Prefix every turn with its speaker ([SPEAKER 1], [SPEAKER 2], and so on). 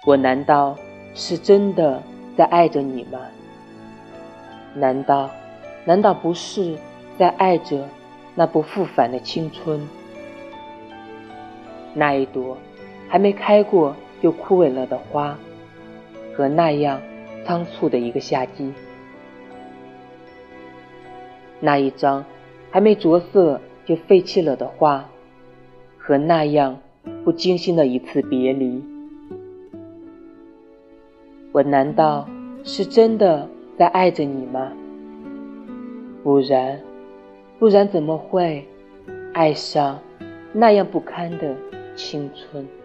[SPEAKER 1] 我难道是真的在爱着你吗？难道不是在爱着那不复返的青春？那一朵还没开过就枯萎了的花，和那样仓促的一个夏季，那一张还没着色就废弃了的画，和那样不经心的一次别离。我难道是真的在爱着你吗？不然怎么会爱上那样不堪的青春？